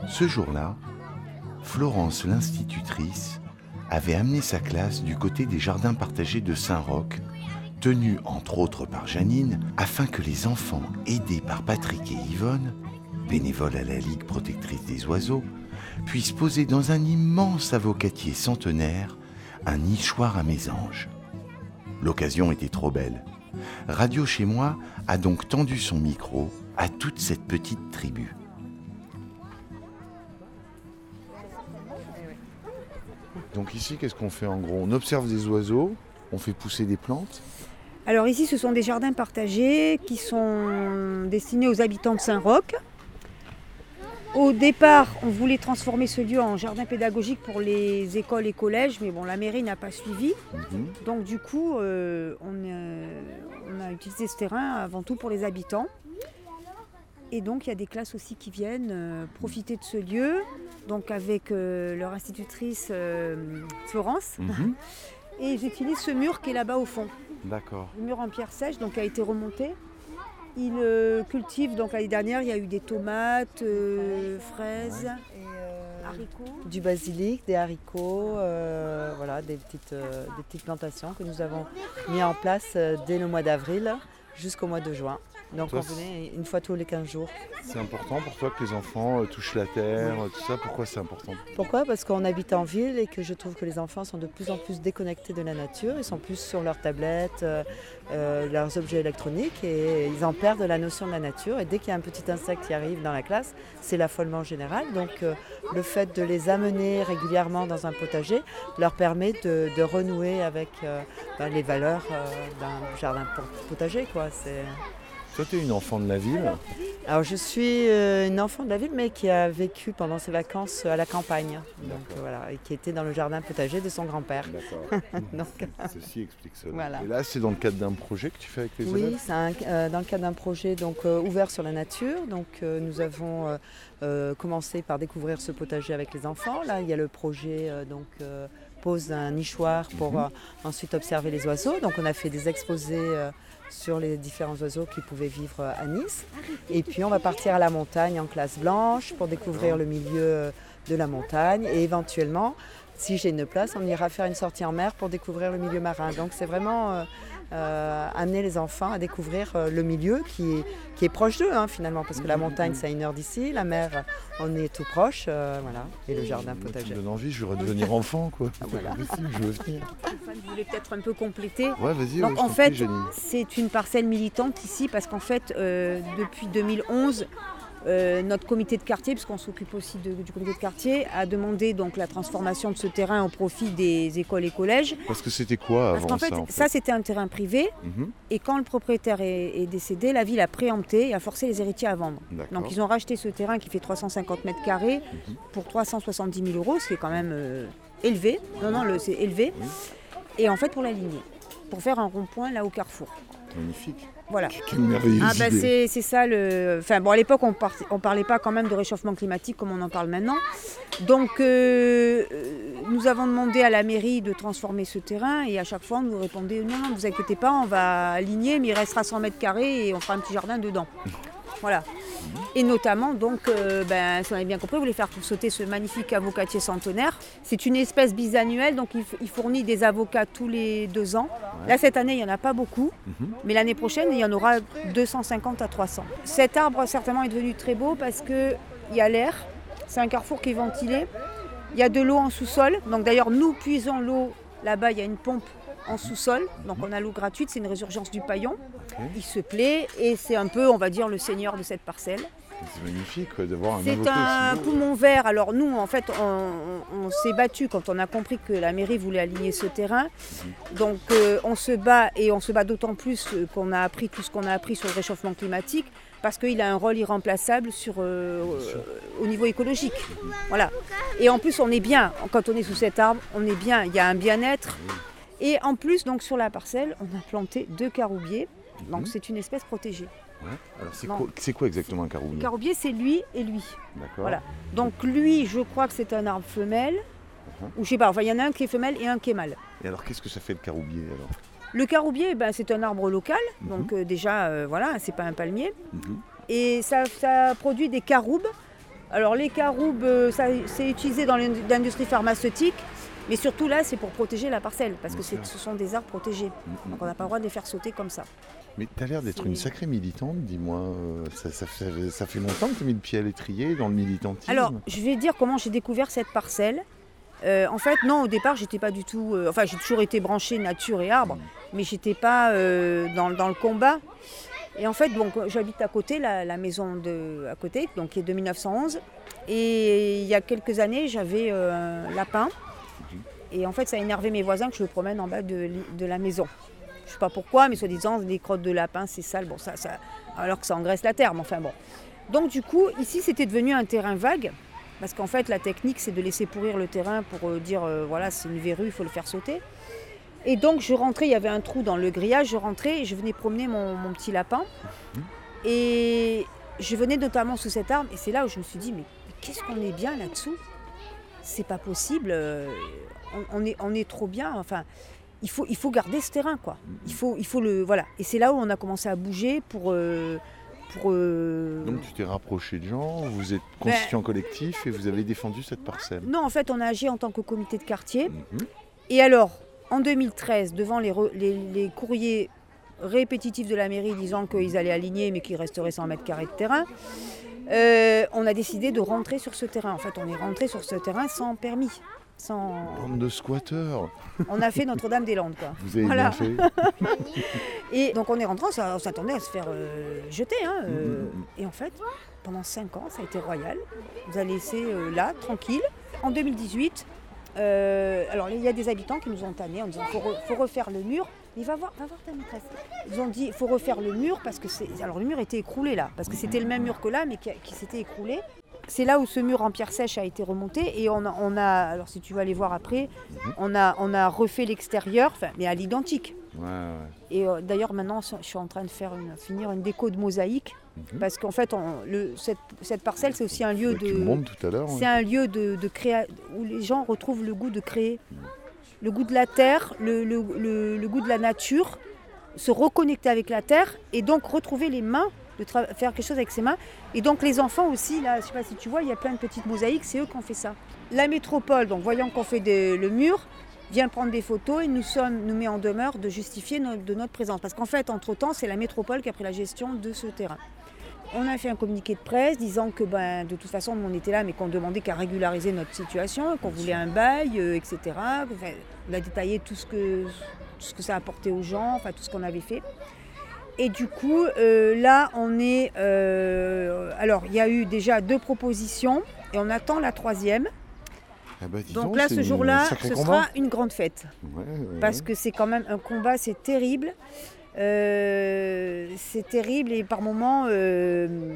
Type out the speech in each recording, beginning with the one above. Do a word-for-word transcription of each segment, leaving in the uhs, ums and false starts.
Ce jour-là, Florence, l'institutrice, avait amené sa classe du côté des jardins partagés de Saint-Roch, tenus entre autres par Janine, afin que les enfants, aidés par Patrick et Yvonne, bénévoles à la Ligue protectrice des oiseaux, puissent poser dans un immense avocatier centenaire un nichoir à mésanges. L'occasion était trop belle. Radio Chez Moi a donc tendu son micro à toute cette petite tribu. Donc ici, qu'est-ce qu'on fait en gros ? On observe des oiseaux, on fait pousser des plantes. Alors ici, ce sont des jardins partagés qui sont destinés aux habitants de Saint-Roch. Au départ, on voulait transformer ce lieu en jardin pédagogique pour les écoles et collèges, mais bon, la mairie n'a pas suivi. Mm-hmm. Donc du coup, euh, on, euh, on a utilisé ce terrain avant tout pour les habitants. Et donc il y a des classes aussi qui viennent euh, profiter de ce lieu, donc avec euh, leur institutrice euh, Florence. Mm-hmm. Et ils utilisent ce mur qui est là-bas au fond. D'accord. Le mur en pierre sèche, donc a été remonté. Ils euh, cultivent, donc l'année dernière, il y a eu des tomates, euh, fraises, et euh, haricots. Du basilic, des haricots, euh, voilà, des petites, euh, des petites plantations que nous avons mis en place euh, dès le mois d'avril jusqu'au mois de juin. Donc toi, on venait une fois tous les quinze jours. C'est important pour toi que les enfants euh, touchent la terre, oui. Tout ça. Pourquoi c'est important ? Pourquoi ? Parce qu'on habite en ville et que je trouve que les enfants sont de plus en plus déconnectés de la nature. Ils sont plus sur leurs tablettes, euh, euh, leurs objets électroniques et ils en perdent la notion de la nature. Et dès qu'il y a un petit insecte qui arrive dans la classe, c'est l'affolement général. Donc euh, le fait de les amener régulièrement dans un potager leur permet de, de renouer avec euh, ben, les valeurs euh, d'un jardin potager, quoi. C'est... Toi, tu es une enfant de la ville ? Alors, je suis euh, une enfant de la ville, mais qui a vécu pendant ses vacances à la campagne. Donc, euh, voilà, et qui était dans le jardin potager de son grand-père. D'accord. Donc, ceci explique cela. Voilà. Et là, c'est dans le cadre d'un projet que tu fais avec les oui, élèves ? Oui, c'est un, euh, dans le cadre d'un projet donc, euh, ouvert sur la nature. Donc, euh, nous avons euh, euh, commencé par découvrir ce potager avec les enfants. Là, il y a le projet euh, donc, euh, pose un nichoir pour mm-hmm. euh, ensuite observer les oiseaux. Donc, on a fait des exposés euh, sur les différents oiseaux qui pouvaient vivre à Nice. Et puis on va partir à la montagne en classe blanche pour découvrir le milieu de la montagne et éventuellement, si j'ai une place, on ira faire une sortie en mer pour découvrir le milieu marin. Donc c'est vraiment euh, euh, amener les enfants à découvrir euh, le milieu qui est, qui est proche d'eux hein, finalement, parce que la montagne c'est à une heure d'ici, la mer on est tout proche, euh, voilà, et le jardin potager. Ça me donne envie, je voudrais devenir enfant quoi. Ah, voilà. Je veux venir. Vous voulez peut-être un peu compléter. Ouais, vas-y. Donc ouais, en fait, prie, c'est une parcelle militante ici parce qu'en fait, euh, depuis deux mille onze, euh, notre comité de quartier, puisqu'on s'occupe aussi de, du comité de quartier, a demandé donc la transformation de ce terrain au profit des écoles et collèges. Parce que c'était quoi avant parce qu'en fait, ça en fait ça c'était un terrain privé mm-hmm. et quand le propriétaire est, est décédé, la ville a préempté et a forcé les héritiers à vendre. D'accord. Donc ils ont racheté ce terrain qui fait trois cent cinquante mètres carrés mm-hmm. pour trois cent soixante-dix mille euros, ce qui est quand même euh, élevé. Non, non, le, c'est élevé. Oui. Et en fait pour l'aligner, pour faire un rond-point là au carrefour. Magnifique. Voilà. Quelle merveilleuse ah, bah, idée. c'est, c'est ça le. Enfin bon, à l'époque on par... on parlait pas quand même de réchauffement climatique comme on en parle maintenant. Donc euh, nous avons demandé à la mairie de transformer ce terrain et à chaque fois on nous répondait non non, ne vous inquiétez pas, on va aligner mais il restera cent mètres carrés et on fera un petit jardin dedans. Voilà. Et notamment, donc, euh, ben, si on avait bien compris, vous voulez faire sauter ce magnifique avocatier centenaire. C'est une espèce bisannuelle, donc il, il fournit des avocats tous les deux ans. Ouais. Là, cette année, il n'y en a pas beaucoup, mm-hmm. mais l'année prochaine, il y en aura deux cent cinquante à trois cents. Cet arbre, certainement, est devenu très beau parce qu'il y a l'air. C'est un carrefour qui est ventilé. Il y a de l'eau en sous-sol. Donc d'ailleurs, nous puisons l'eau. Là-bas, il y a une pompe en sous-sol, donc on a l'eau gratuite, c'est une résurgence du paillon. Okay. Il se plaît et c'est un peu, on va dire, le seigneur de cette parcelle. C'est magnifique quoi, d'avoir un C'est un poumon vert. Alors nous, en fait, on, on, on s'est battu quand on a compris que la mairie voulait aligner ce terrain. Mmh. Donc euh, on se bat et on se bat d'autant plus qu'on a appris tout ce qu'on a appris sur le réchauffement climatique parce qu'il a un rôle irremplaçable sur, euh, au niveau écologique. Voilà. Et en plus, on est bien. Quand on est sous cet arbre, on est bien. Il y a un bien-être. Et en plus, donc, sur la parcelle, on a planté deux caroubiers. Donc, mmh. c'est une espèce protégée. Ouais. Alors, c'est quoi, c'est quoi exactement un caroubier ? Le caroubier, c'est lui et lui. D'accord. Voilà. Donc, lui, je crois que c'est un arbre femelle. Uh-huh. Ou je sais pas, enfin, il y en a un qui est femelle et un qui est mâle. Et alors, qu'est-ce que ça fait le caroubier alors ? Le caroubier, ben, c'est un arbre local. Mmh. Donc, euh, déjà, euh, voilà, c'est pas un palmier. Mmh. Et ça, ça produit des caroubes. Alors les caroubes, euh, ça, c'est utilisé dans l'in- l'industrie pharmaceutique, mais surtout là, c'est pour protéger la parcelle, parce que Bien c'est- sûr. ce sont des arbres protégés. Mm, Donc on n'a pas le droit de les faire sauter comme ça. Mais tu as l'air d'être C'est- une sacrée militante, dis-moi. euh, Ça, ça fait, ça fait longtemps que tu as mis le pied à l'étrier dans le militantisme. Alors, je vais dire comment j'ai découvert cette parcelle. Euh, en fait, non, au départ, j'étais pas du tout. euh, enfin, j'ai toujours été branchée nature et arbres, mais j'étais pas euh, dans, dans le combat. Et en fait, donc, j'habite à côté, la, la maison de, à côté, donc qui est de mille neuf cent onze. Et il y a quelques années, j'avais euh, un lapin. Et en fait, ça a énervé mes voisins que je le promène en bas de, li- de la maison. Je sais pas pourquoi, mais soi-disant, les crottes de lapin, c'est sale. Bon, ça, ça, alors que ça engraisse la terre, mais enfin bon. Donc du coup, ici, c'était devenu un terrain vague. Parce qu'en fait, la technique, c'est de laisser pourrir le terrain pour euh, dire, euh, voilà, c'est une verrue, il faut le faire sauter. Et donc, je rentrais, il y avait un trou dans le grillage, je rentrais et je venais promener mon, mon petit lapin. Et je venais notamment sous cet arbre, et c'est là où je me suis dit, mais, mais qu'est-ce qu'on est bien là-dessous? C'est pas possible, euh, on, on est, on est trop bien, enfin, il faut, il faut garder ce terrain, quoi. Il faut, il faut le, voilà. Et c'est là où on a commencé à bouger pour... euh, pour euh, Donc tu t'es rapproché de gens, vous êtes constituant collectif et vous avez défendu cette parcelle. Non, en fait, on a agi en tant que comité de quartier. Mhm. Et alors, en deux mille treize, devant les, re- les- les courriers répétitifs de la mairie disant qu'ils allaient aligner mais qu'il resterait cent mètres carrés de terrain, euh, on a décidé de rentrer sur ce terrain. En fait, on est rentré sur ce terrain sans permis. Sans... Bande de squatteurs, On a fait Notre-Dame-des-Landes, quoi. vous avez Voilà. bien fait. Et donc on est rentré, on s'a- on s'attendait à se faire euh, jeter. Hein, euh, Mm, mm, Et en fait, pendant cinq ans, ça a été royal. On nous a laissés euh, là, tranquilles. En deux mille dix-huit, euh, alors il y a des habitants qui nous ont tannés en disant qu'il faut, re- faut refaire le mur. Mais va voir, va voir ta maîtresse. Ils ont dit il faut refaire le mur parce que c'est. Alors le mur était écroulé là, parce que c'était le même mur que là, mais qui, a- qui s'était écroulé. C'est là où ce mur en pierre sèche a été remonté et on a, on a alors si tu vas aller voir après, on a, on a refait l'extérieur, enfin, mais à l'identique. Ouais, ouais. Et euh, d'ailleurs maintenant je suis en train de faire une, finir une déco de mosaïque Mhm. parce qu'en fait on- le, cette, cette parcelle c'est aussi un lieu Bah, Tu le de montres tout à l'heure. c'est hein. un lieu de, de créa, où les gens retrouvent le goût de créer, le goût de la terre, le, le- le- le goût de la nature, se reconnecter avec la terre et donc retrouver les mains, de tra- faire quelque chose avec ses mains. Et donc les enfants aussi, là, je ne sais pas si tu vois, il y a plein de petites mosaïques, c'est eux qui ont fait ça. La métropole, donc voyant qu'on fait des- le mur, vient prendre des photos et nous, sommes, nous met en demeure de justifier no- de notre présence. Parce qu'en fait, entre-temps, c'est la métropole qui a pris la gestion de ce terrain. On a fait un communiqué de presse disant que ben, de toute façon, on était là, mais qu'on demandait qu'à régulariser notre situation, qu'on voulait un bail, euh, et cetera. Enfin, on a détaillé tout ce, que, tout ce que ça apportait aux gens, enfin tout ce qu'on avait fait. Et du coup, euh, là, on est... euh, alors, il y a eu déjà deux propositions et on attend la troisième. Ah bah, dis Donc donc, là, c'est ce un jour-là, sacré ce combat. sera une grande fête. Ouais, ouais, Parce ouais. que c'est quand même un combat, c'est terrible. Euh, c'est terrible et par moments, euh,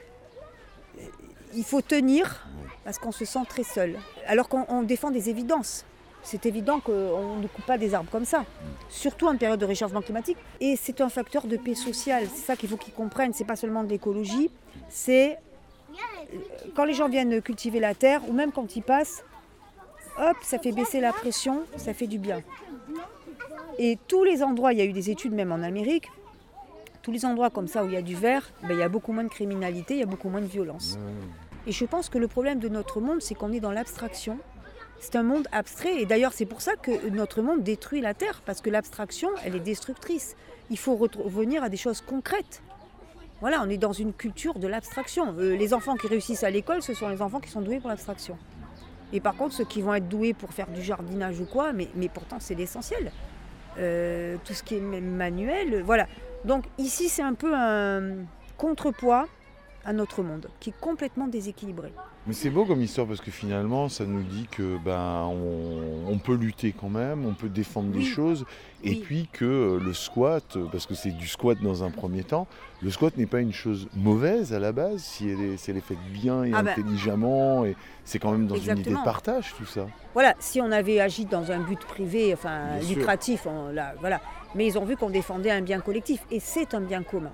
il faut tenir parce qu'on se sent très seul. Alors qu'on on défend des évidences. C'est évident qu'on ne coupe pas des arbres comme ça, surtout en période de réchauffement climatique. Et c'est un facteur de paix sociale. C'est ça qu'il faut qu'ils comprennent. C'est pas seulement de l'écologie, c'est euh, quand les gens viennent cultiver la terre ou même quand ils passent, hop, ça fait baisser la pression, ça fait du bien. Et tous les endroits, il y a eu des études même en Amérique, tous les endroits comme ça où il y a du vert, ben, il y a beaucoup moins de criminalité, il y a beaucoup moins de violence. Et je pense que le problème de notre monde, c'est qu'on est dans l'abstraction. C'est un monde abstrait et d'ailleurs c'est pour ça que notre monde détruit la Terre, parce que l'abstraction, elle est destructrice. Il faut revenir à des choses concrètes. Voilà, on est dans une culture de l'abstraction. Euh, les enfants qui réussissent à l'école, ce sont les enfants qui sont doués pour l'abstraction. Et par contre, ceux qui vont être doués pour faire du jardinage ou quoi, mais, mais pourtant c'est l'essentiel. Euh, tout ce qui est même manuel, euh, voilà. Donc ici, c'est un peu un contrepoids à notre monde, qui est complètement déséquilibré. Mais c'est beau comme histoire parce que finalement, ça nous dit que ben on, on peut lutter quand même, on peut défendre Oui. des choses, et Oui. puis que euh, le squat, parce que c'est du squat dans un premier temps, le squat n'est pas une chose mauvaise à la base si elle est, si elle est faite bien et Ah ben. intelligemment, et c'est quand même dans une idée Exactement. de partage tout ça. Voilà, si on avait agi dans un but privé, enfin Bien sûr. lucratif, on, là, voilà. Mais ils ont vu qu'on défendait un bien collectif, et c'est un bien commun.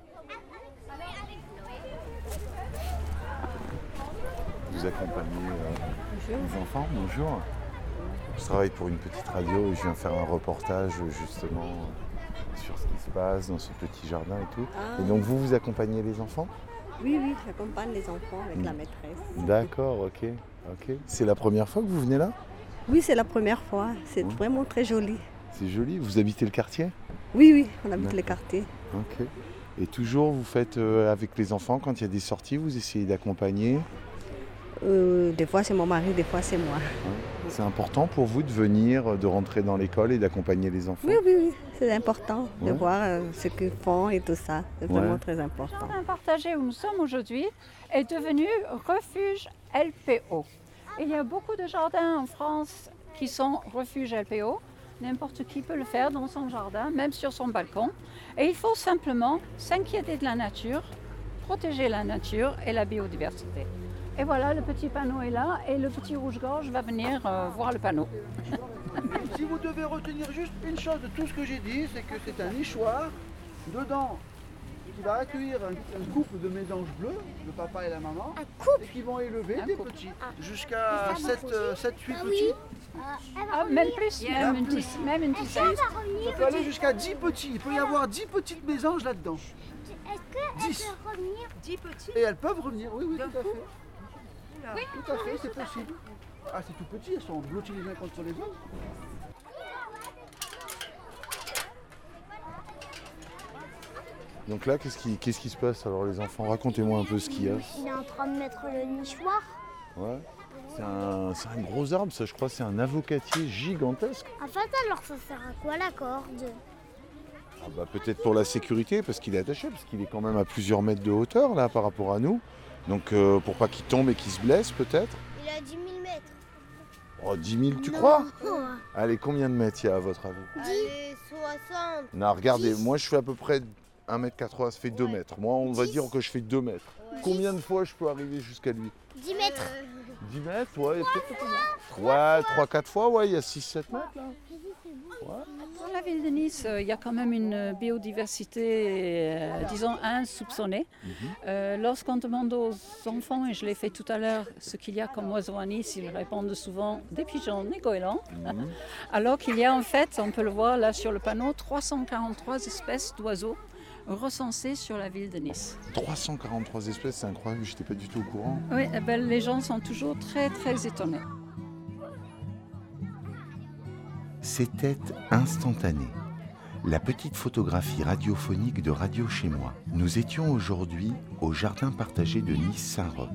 Vous accompagnez euh, les enfants, bonjour. Je travaille pour une petite radio et je viens faire un reportage justement euh, sur ce qui se passe dans ce petit jardin et tout. Ah. Et donc vous, vous accompagnez les enfants ? Oui, oui, j'accompagne les enfants avec Mmh. la maîtresse. D'accord, ok. ok. C'est la première fois que vous venez là? Oui, c'est la première fois. C'est Mmh. vraiment très joli. C'est joli. Vous habitez le quartier? Oui, oui, on habite D'accord. les quartiers. Ok. Et toujours, vous faites euh, avec les enfants, quand il y a des sorties, vous essayez d'accompagner? Euh, des fois, c'est mon mari, des fois, c'est moi. C'est important pour vous de venir, de rentrer dans l'école et d'accompagner les enfants? Oui, oui, oui, c'est important de Ouais. voir euh, ce qu'ils font et tout ça. C'est vraiment Ouais. très important. Le jardin partagé où nous sommes aujourd'hui est devenu refuge L P O. Il y a beaucoup de jardins en France qui sont refuges L P O. N'importe qui peut le faire dans son jardin, même sur son balcon. Et il faut simplement s'inquiéter de la nature, protéger la nature et la biodiversité. Et voilà, le petit panneau est là et le petit rouge-gorge va venir euh, voir le panneau. Si vous devez retenir juste une chose de tout ce que j'ai dit, c'est que c'est un nichoir dedans qui va accueillir un, un couple de mésanges bleus, le papa et la maman, et qui vont élever Un des couple. petits, jusqu'à sept huit petits. Ah, même plus, même une, dix- même une dizaine. Ça peut aller jusqu'à dix petits. Il peut y avoir dix petites mésanges là-dedans. dix. dix petits. Et elles peuvent revenir, oui, oui, tout à fait. Oui, tout à fait, c'est possible. Ah, c'est tout petit, elles sont blotties les uns contre les autres. Donc là, qu'est-ce qui, qu'est-ce qui se passe alors les enfants? Racontez-moi un peu ce qu'il y a. Il est en train de mettre le nichoir. Ouais. C'est un, c'est un gros arbre, ça je crois, c'est un avocatier gigantesque. En fait, alors ça sert à quoi la corde? Ah bah, peut-être pour la sécurité, parce qu'il est attaché, parce qu'il est quand même à plusieurs mètres de hauteur là par rapport à nous. Donc euh, pour pas qu'il tombe et qu'il se blesse peut-être. Il a dix mille mètres. Oh, dix mille, tu crois? Non. Allez, combien de mètres il y a à votre avis? Allez, soixante. Non, regardez, dix. moi je fais à peu près un mètre quatre-vingts, ça fait deux mètres. Moi, on va dix. dire que je fais deux mètres. Combien de fois je peux arriver jusqu'à lui? dix mètres. dix mètres, ouais, peut-être un peu moins. Ouais, trois quatre fois, ouais, il y a six sept mètres là. Dans la ville de Nice, euh, il y a quand même une biodiversité, euh, disons, insoupçonnée. Euh, lorsqu'on demande aux enfants, et je l'ai fait tout à l'heure, ce qu'il y a comme oiseaux à Nice, ils répondent souvent des pigeons, des goélands. Alors qu'il y a en fait, on peut le voir là sur le panneau, trois cent quarante-trois espèces d'oiseaux recensées sur la ville de Nice. trois cent quarante-trois espèces, c'est incroyable, j'étais pas du tout au courant. Oui, eh ben, les gens sont toujours très très étonnés. C'était instantané. La petite photographie radiophonique de Radio Chez Moi. Nous étions aujourd'hui au jardin partagé de Nice-Saint-Roch.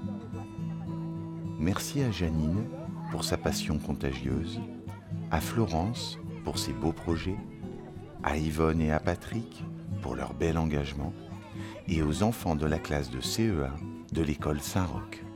Merci à Janine pour sa passion contagieuse, à Florence pour ses beaux projets, à Yvonne et à Patrick pour leur bel engagement, et aux enfants de la classe de C E un de l'école Saint-Roch.